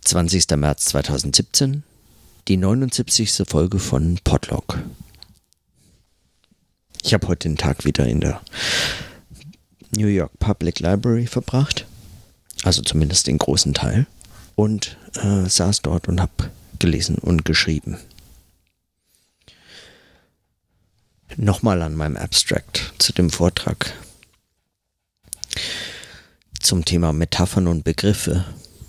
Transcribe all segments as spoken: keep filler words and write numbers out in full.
zwanzigster März zweitausendsiebzehn, die neunundsiebzigste Folge von Podlog. Ich habe heute den Tag wieder in der New York Public Library verbracht, also zumindest den großen Teil, und äh, saß dort und habe gelesen und geschrieben. Nochmal an meinem Abstract zu dem Vortrag zum Thema Metaphern und Begriffe.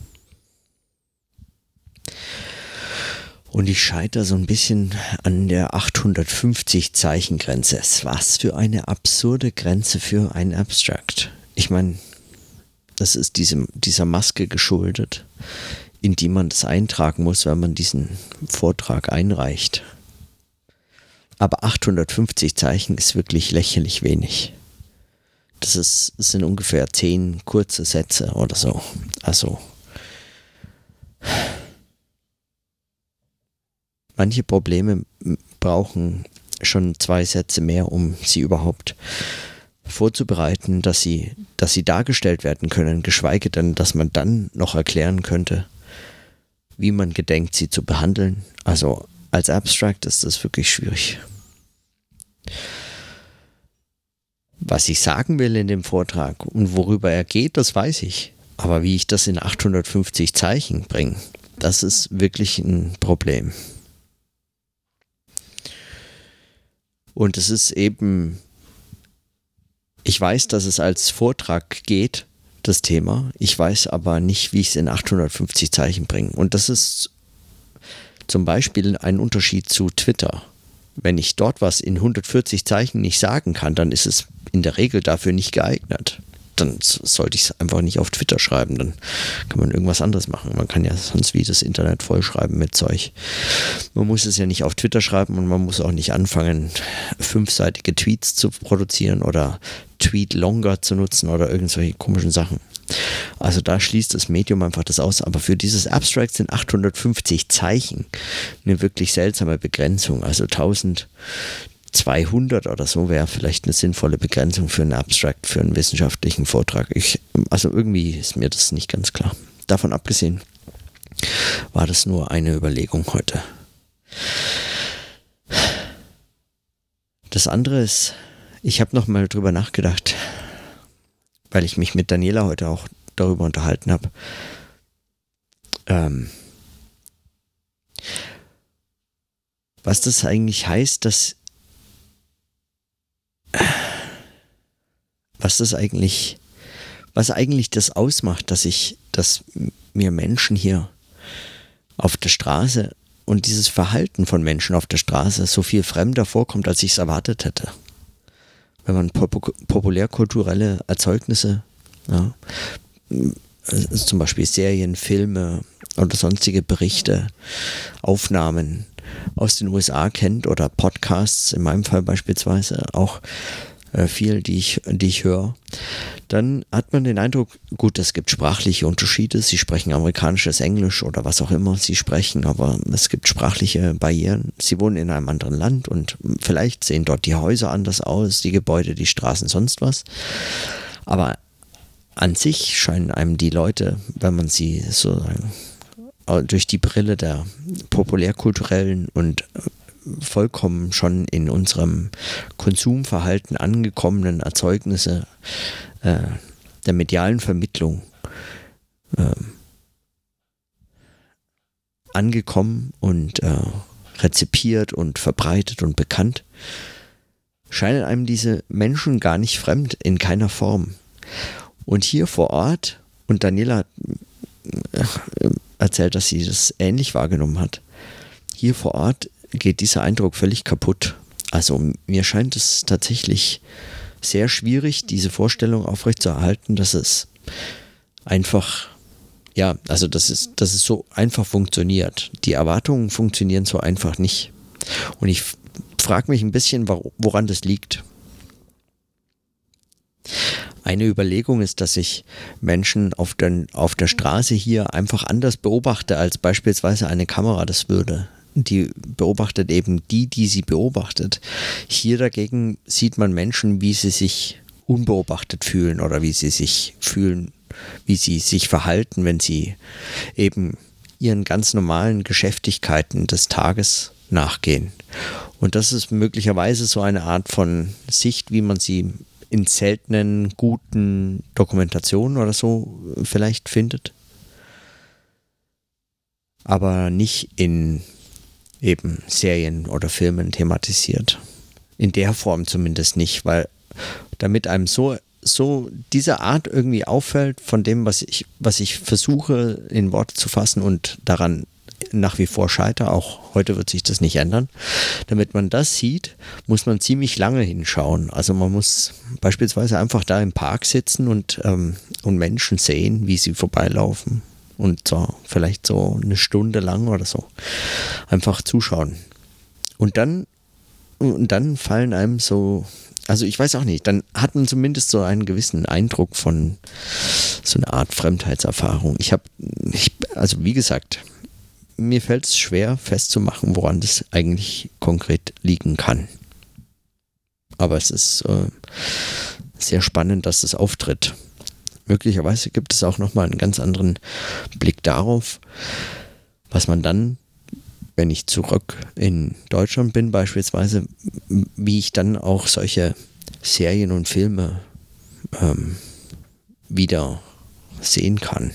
Und ich scheitere so ein bisschen an der achthundertfünfzig Zeichen Grenze. Was für eine absurde Grenze für ein Abstract. Ich meine, das ist diesem, dieser Maske geschuldet, in die man das eintragen muss, wenn man diesen Vortrag einreicht. Aber achthundertfünfzig Zeichen ist wirklich lächerlich wenig. Das, ist, das sind ungefähr zehn kurze Sätze oder so. Also manche Probleme brauchen schon zwei Sätze mehr, um sie überhaupt vorzubereiten, dass sie, dass sie dargestellt werden können, geschweige denn, dass man dann noch erklären könnte, wie man gedenkt, sie zu behandeln. Also als Abstract ist das wirklich schwierig. Was ich sagen will in dem Vortrag und worüber er geht, das weiß ich. Aber wie ich das in achthundertfünfzig Zeichen bringe, das ist wirklich ein Problem. Und es ist eben, ich weiß, dass es als Vortrag geht, das Thema. Ich weiß aber nicht, wie ich es in achthundertfünfzig Zeichen bringe. Und das ist zum Beispiel ein Unterschied zu Twitter. Wenn ich dort was in hundertvierzig Zeichen nicht sagen kann, dann ist es in der Regel dafür nicht geeignet. Dann sollte ich es einfach nicht auf Twitter schreiben, dann kann man irgendwas anderes machen. Man kann ja sonst wie das Internet vollschreiben mit Zeug. Man muss es ja nicht auf Twitter schreiben und man muss auch nicht anfangen, fünfseitige Tweets zu produzieren oder Tweet-Longer zu nutzen oder irgendwelche komischen Sachen. Also da schließt das Medium einfach das aus. Aber für dieses Abstract sind achthundertfünfzig Zeichen eine wirklich seltsame Begrenzung. Also zwölfhundert oder so wäre vielleicht eine sinnvolle Begrenzung für einen Abstract, für einen wissenschaftlichen Vortrag. Ich, also irgendwie ist mir das nicht ganz klar. Davon abgesehen war das nur eine Überlegung heute. Das andere ist, ich habe nochmal drüber nachgedacht, weil ich mich mit Daniela heute auch darüber unterhalten habe. Ähm, was das eigentlich heißt, dass was das eigentlich, was eigentlich das ausmacht, dass ich, dass mir Menschen hier auf der Straße und dieses Verhalten von Menschen auf der Straße so viel fremder vorkommt, als ich es erwartet hätte. Wenn man pop- populärkulturelle Erzeugnisse, ja, also zum Beispiel Serien, Filme oder sonstige Berichte, Aufnahmen aus den U S A kennt oder Podcasts, in meinem Fall beispielsweise auch äh, viel, die ich, die ich höre, dann hat man den Eindruck, gut, es gibt sprachliche Unterschiede, sie sprechen amerikanisches Englisch oder was auch immer sie sprechen, aber es gibt sprachliche Barrieren. Sie wohnen in einem anderen Land und vielleicht sehen dort die Häuser anders aus, die Gebäude, die Straßen, sonst was. Aber an sich scheinen einem die Leute, wenn man sie sozusagen durch die Brille der populärkulturellen und vollkommen schon in unserem Konsumverhalten angekommenen Erzeugnisse äh, der medialen Vermittlung äh, angekommen und äh, rezipiert und verbreitet und bekannt, scheinen einem diese Menschen gar nicht fremd, in keiner Form. Und hier vor Ort, und Daniela hat äh, erzählt, dass sie das ähnlich wahrgenommen hat, hier vor Ort geht dieser Eindruck völlig kaputt. Also mir scheint es tatsächlich sehr schwierig, diese Vorstellung aufrechtzuerhalten, dass es einfach, ja, also dass es, dass es so einfach funktioniert. Die Erwartungen funktionieren so einfach nicht. Und ich frage mich ein bisschen, woran das liegt. Eine Überlegung ist, dass ich Menschen auf, den, auf der Straße hier einfach anders beobachte, als beispielsweise eine Kamera das würde. Die beobachtet eben die, die sie beobachtet. Hier dagegen sieht man Menschen, wie sie sich unbeobachtet fühlen oder wie sie sich fühlen, wie sie sich verhalten, wenn sie eben ihren ganz normalen Geschäftigkeiten des Tages nachgehen. Und das ist möglicherweise so eine Art von Sicht, wie man sie in seltenen, guten Dokumentationen oder so vielleicht findet. Aber nicht in eben Serien oder Filmen thematisiert. In der Form zumindest nicht, weil damit einem so, so diese Art irgendwie auffällt von dem, was ich, was ich versuche in Worte zu fassen und daran nach wie vor scheitere, auch heute wird sich das nicht ändern. Damit man das sieht, muss man ziemlich lange hinschauen. Also man muss beispielsweise einfach da im Park sitzen und, ähm, und Menschen sehen, wie sie vorbeilaufen. Und zwar vielleicht so eine Stunde lang oder so. Einfach zuschauen. Und dann, und dann fallen einem so, also ich weiß auch nicht, dann hat man zumindest so einen gewissen Eindruck von so einer Art Fremdheitserfahrung. Ich habe, ich, also wie gesagt, mir fällt es schwer festzumachen, woran das eigentlich konkret liegen kann. Aber es ist äh, sehr spannend, dass das auftritt. Möglicherweise gibt es auch nochmal einen ganz anderen Blick darauf, was man dann, wenn ich zurück in Deutschland bin beispielsweise, wie ich dann auch solche Serien und Filme ähm, wieder sehen kann.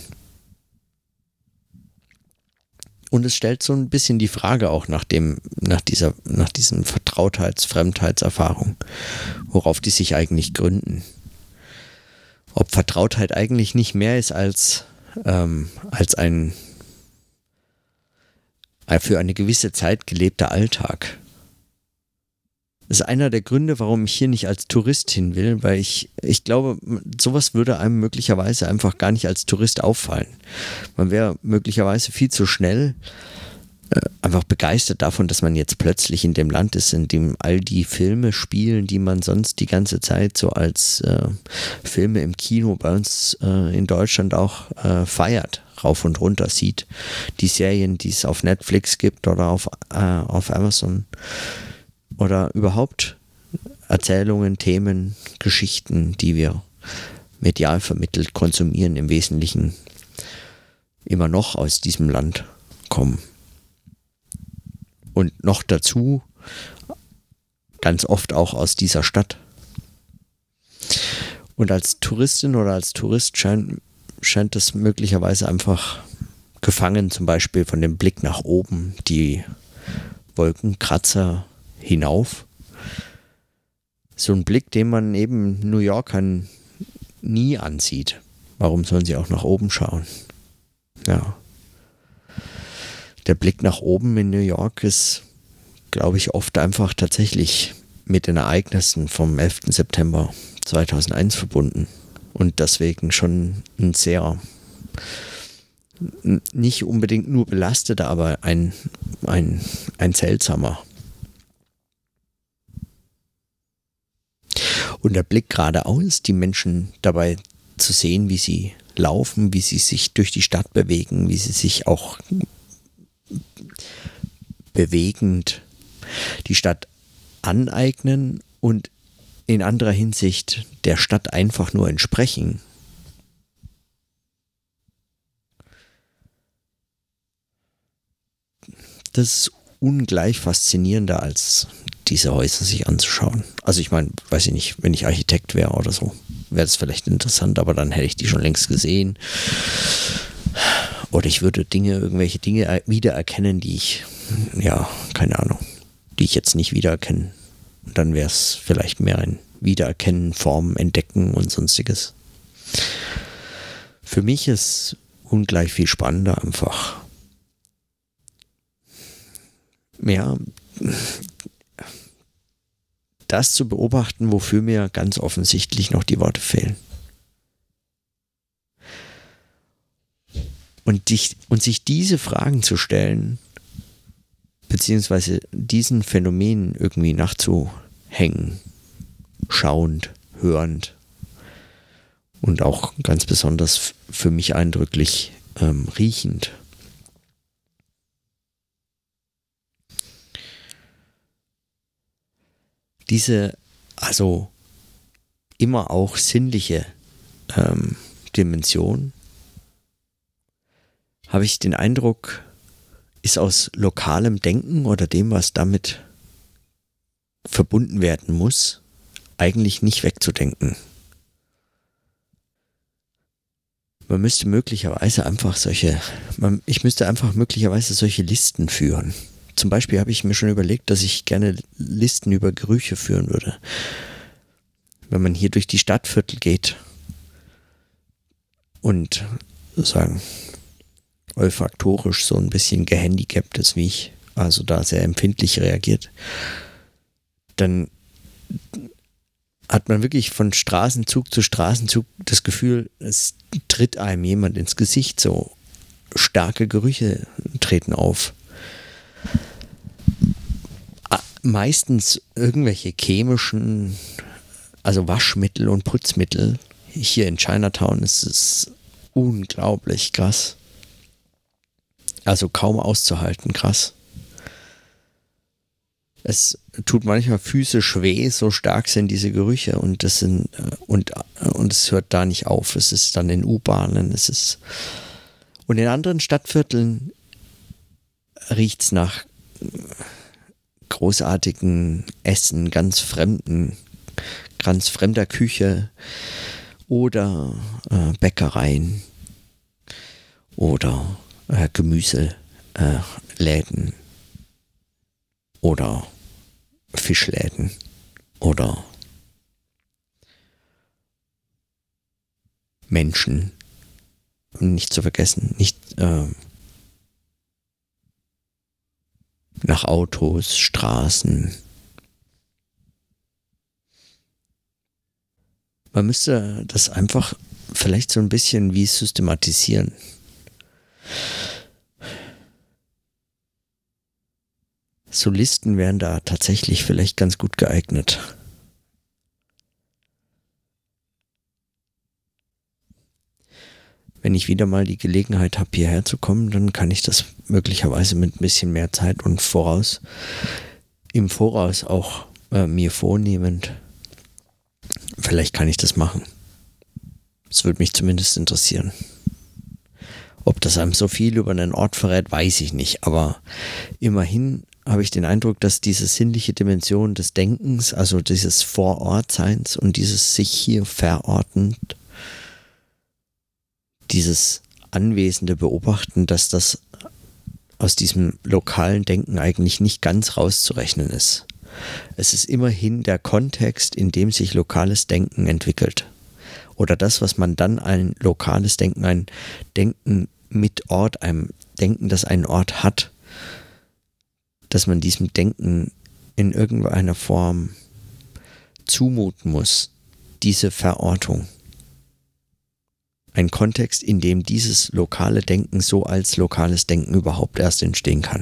Und es stellt so ein bisschen die Frage auch nach dem, nach dieser, nach diesen Vertrautheits-, Fremdheitserfahrung, worauf die sich eigentlich gründen. Ob Vertrautheit eigentlich nicht mehr ist als, ähm, als ein, ein für eine gewisse Zeit gelebter Alltag. Das ist einer der Gründe, warum ich hier nicht als Tourist hin will, weil ich, ich glaube, sowas würde einem möglicherweise einfach gar nicht als Tourist auffallen. Man wäre möglicherweise viel zu schnell äh, einfach begeistert davon, dass man jetzt plötzlich in dem Land ist, in dem all die Filme spielen, die man sonst die ganze Zeit so als äh, Filme im Kino bei uns äh, in Deutschland auch äh, feiert, rauf und runter sieht. Die Serien, die es auf Netflix gibt oder auf, äh, auf Amazon. Oder überhaupt Erzählungen, Themen, Geschichten, die wir medial vermittelt konsumieren, im Wesentlichen immer noch aus diesem Land kommen. Und noch dazu ganz oft auch aus dieser Stadt. Und als Touristin oder als Tourist scheint, scheint es möglicherweise einfach gefangen, zum Beispiel von dem Blick nach oben, die Wolkenkratzer hinauf. So ein Blick, den man eben New Yorkern nie ansieht. Warum sollen sie auch nach oben schauen? Ja. Der Blick nach oben in New York ist, glaube ich, oft einfach tatsächlich mit den Ereignissen vom elften September zweitausendeins verbunden. Und deswegen schon ein sehr, nicht unbedingt nur belasteter, aber ein, ein, ein seltsamer. Und der Blick geradeaus, die Menschen dabei zu sehen, wie sie laufen, wie sie sich durch die Stadt bewegen, wie sie sich auch bewegend die Stadt aneignen und in anderer Hinsicht der Stadt einfach nur entsprechen. Das ist ungleich faszinierender als diese Häuser sich anzuschauen. Also ich meine, weiß ich nicht, wenn ich Architekt wäre oder so, wäre das vielleicht interessant, aber dann hätte ich die schon längst gesehen. Oder ich würde Dinge, irgendwelche Dinge wiedererkennen, die ich, ja, keine Ahnung, die ich jetzt nicht wiedererkenne. Und dann wäre es vielleicht mehr ein Wiedererkennen, Formen, Entdecken und sonstiges. Für mich ist ungleich viel spannender einfach. Ja, das zu beobachten, wofür mir ganz offensichtlich noch die Worte fehlen. Und, dich, und sich diese Fragen zu stellen, beziehungsweise diesen Phänomenen irgendwie nachzuhängen, schauend, hörend und auch ganz besonders für mich eindrücklich ähm, riechend. Diese, also immer auch sinnliche ähm, Dimension habe ich den Eindruck, ist aus lokalem Denken oder dem, was damit verbunden werden muss, eigentlich nicht wegzudenken. Man müsste möglicherweise einfach solche, man, ich müsste einfach möglicherweise solche Listen führen. Zum Beispiel habe ich mir schon überlegt, dass ich gerne Listen über Gerüche führen würde. Wenn man hier durch die Stadtviertel geht und sozusagen olfaktorisch so ein bisschen gehandicapt ist, wie ich, also da sehr empfindlich reagiert, dann hat man wirklich von Straßenzug zu Straßenzug das Gefühl, es tritt einem jemand ins Gesicht, so starke Gerüche treten auf. Meistens irgendwelche chemischen, also Waschmittel und Putzmittel. Hier in Chinatown ist es unglaublich krass. Also kaum auszuhalten, krass. Es tut manchmal physisch weh, so stark sind diese Gerüche und das sind und, und es hört da nicht auf. Es ist dann in U-Bahnen, es ist und in anderen Stadtvierteln riecht es nach großartigen Essen, ganz fremden, ganz fremder Küche oder äh, Bäckereien oder äh, Gemüseläden äh, oder Fischläden oder Menschen. Nicht zu vergessen, nicht äh, nach Autos, Straßen. Man müsste das einfach vielleicht so ein bisschen wie systematisieren. So Listen wären da tatsächlich vielleicht ganz gut geeignet. Wenn ich wieder mal die Gelegenheit habe, hierher zu kommen, dann kann ich das möglicherweise mit ein bisschen mehr Zeit und voraus, im Voraus auch äh, mir vornehmend. Vielleicht kann ich das machen. Es würde mich zumindest interessieren. Ob das einem so viel über einen Ort verrät, weiß ich nicht. Aber immerhin habe ich den Eindruck, dass diese sinnliche Dimension des Denkens, also dieses Vorortseins und dieses sich hier verortend, dieses anwesende Beobachten, dass das aus diesem lokalen Denken eigentlich nicht ganz rauszurechnen ist. Es ist immerhin der Kontext, in dem sich lokales Denken entwickelt. Oder das, was man dann ein lokales Denken, ein Denken mit Ort, einem Denken, das einen Ort hat, dass man diesem Denken in irgendeiner Form zumuten muss, diese Verortung. Ein Kontext, in dem dieses lokale Denken so als lokales Denken überhaupt erst entstehen kann.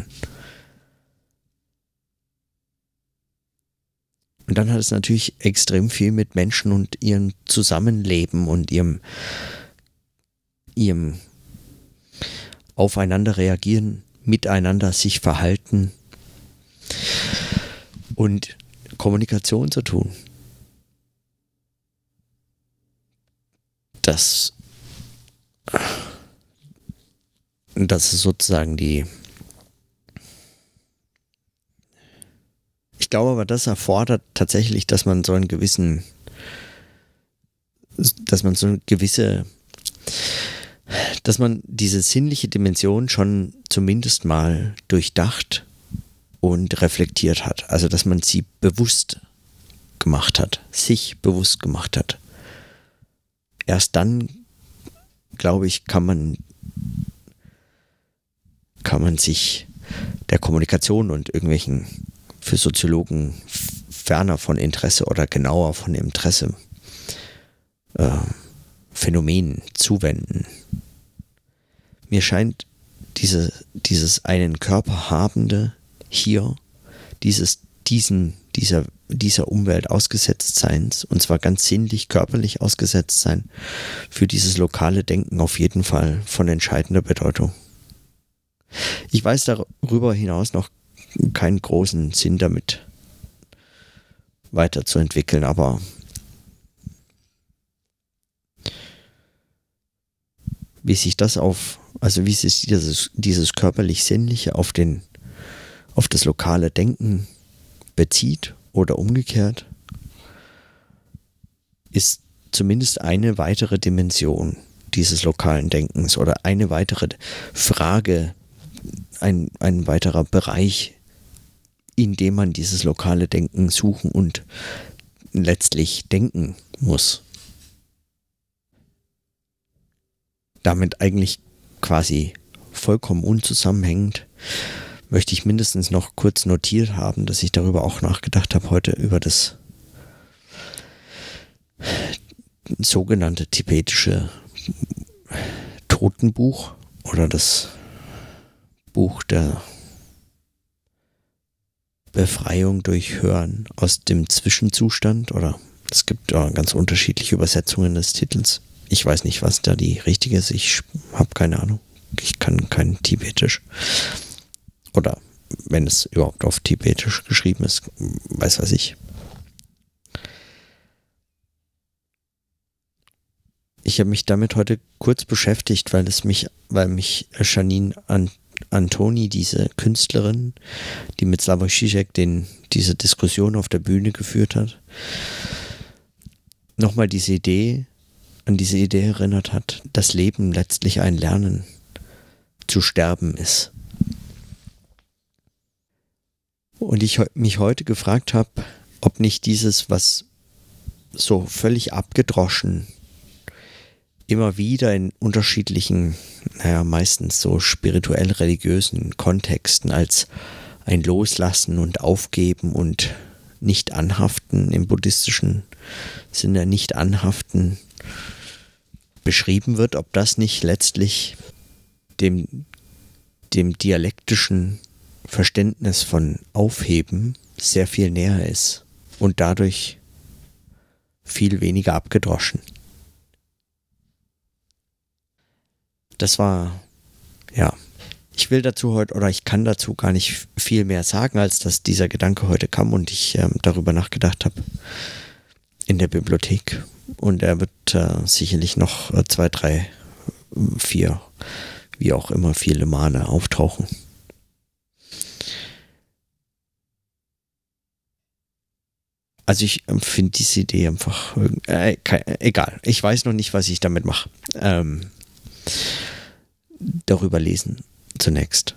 Und dann hat es natürlich extrem viel mit Menschen und ihrem Zusammenleben und ihrem, ihrem Aufeinander reagieren, miteinander sich verhalten und Kommunikation zu tun. Das, das ist sozusagen die... Ich glaube aber, das erfordert tatsächlich, dass man so einen gewissen, dass man so eine gewisse, dass man diese sinnliche Dimension schon zumindest mal durchdacht und reflektiert hat. Also, dass man sie bewusst gemacht hat, sich bewusst gemacht hat. Erst dann, glaube ich, kann man, kann man sich der Kommunikation und irgendwelchen für Soziologen ferner von Interesse oder genauer von Interesse äh, Phänomenen zuwenden. Mir scheint diese, dieses einen Körper habende hier, dieses, diesen, dieser, dieser Umwelt ausgesetzt Seins, und zwar ganz sinnlich, körperlich ausgesetzt sein, für dieses lokale Denken auf jeden Fall von entscheidender Bedeutung. Ich weiß darüber hinaus noch keinen großen Sinn damit weiterzuentwickeln, aber wie sich das auf, also wie sich dieses, dieses körperlich-sinnliche auf den, auf das lokale Denken bezieht oder umgekehrt, ist zumindest eine weitere Dimension dieses lokalen Denkens oder eine weitere Frage, ein, ein weiterer Bereich, in dem man dieses lokale Denken suchen und letztlich denken muss. Damit eigentlich quasi vollkommen unzusammenhängend möchte ich mindestens noch kurz notiert haben, dass ich darüber auch nachgedacht habe heute über das sogenannte tibetische Totenbuch oder das Buch der Befreiung durch Hören aus dem Zwischenzustand, oder es gibt ja ganz unterschiedliche Übersetzungen des Titels. Ich weiß nicht, was da die richtige ist. Ich habe keine Ahnung. Ich kann kein Tibetisch. Oder wenn es überhaupt auf Tibetisch geschrieben ist, weiß was ich. Ich habe mich damit heute kurz beschäftigt, weil es mich, weil mich Janine An- Antoni, diese Künstlerin, die mit Slavoj Žižek den, diese Diskussion auf der Bühne geführt hat, nochmal diese Idee, an diese Idee erinnert hat, dass Leben letztlich ein Lernen zu sterben ist. Und ich mich heute gefragt habe, ob nicht dieses, was so völlig abgedroschen immer wieder in unterschiedlichen, naja, meistens so spirituell-religiösen Kontexten als ein Loslassen und Aufgeben und nicht anhaften, im buddhistischen Sinne nicht anhaften, beschrieben wird, ob das nicht letztlich dem, dem dialektischen Verständnis von Aufheben sehr viel näher ist und dadurch viel weniger abgedroschen. Das war, ja, ich will dazu heute, oder ich kann dazu gar nicht viel mehr sagen, als dass dieser Gedanke heute kam und ich ähm, darüber nachgedacht habe in der Bibliothek. Und er wird äh, sicherlich noch äh, zwei, drei, vier, wie auch immer, viele Male auftauchen. Also ich ähm, finde diese Idee einfach, äh, ke- egal, ich weiß noch nicht, was ich damit mache. Ähm, darüber lesen zunächst.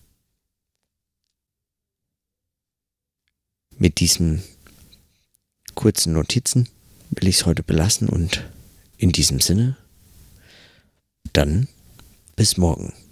Mit diesen kurzen Notizen will ich es heute belassen und in diesem Sinne, dann bis morgen.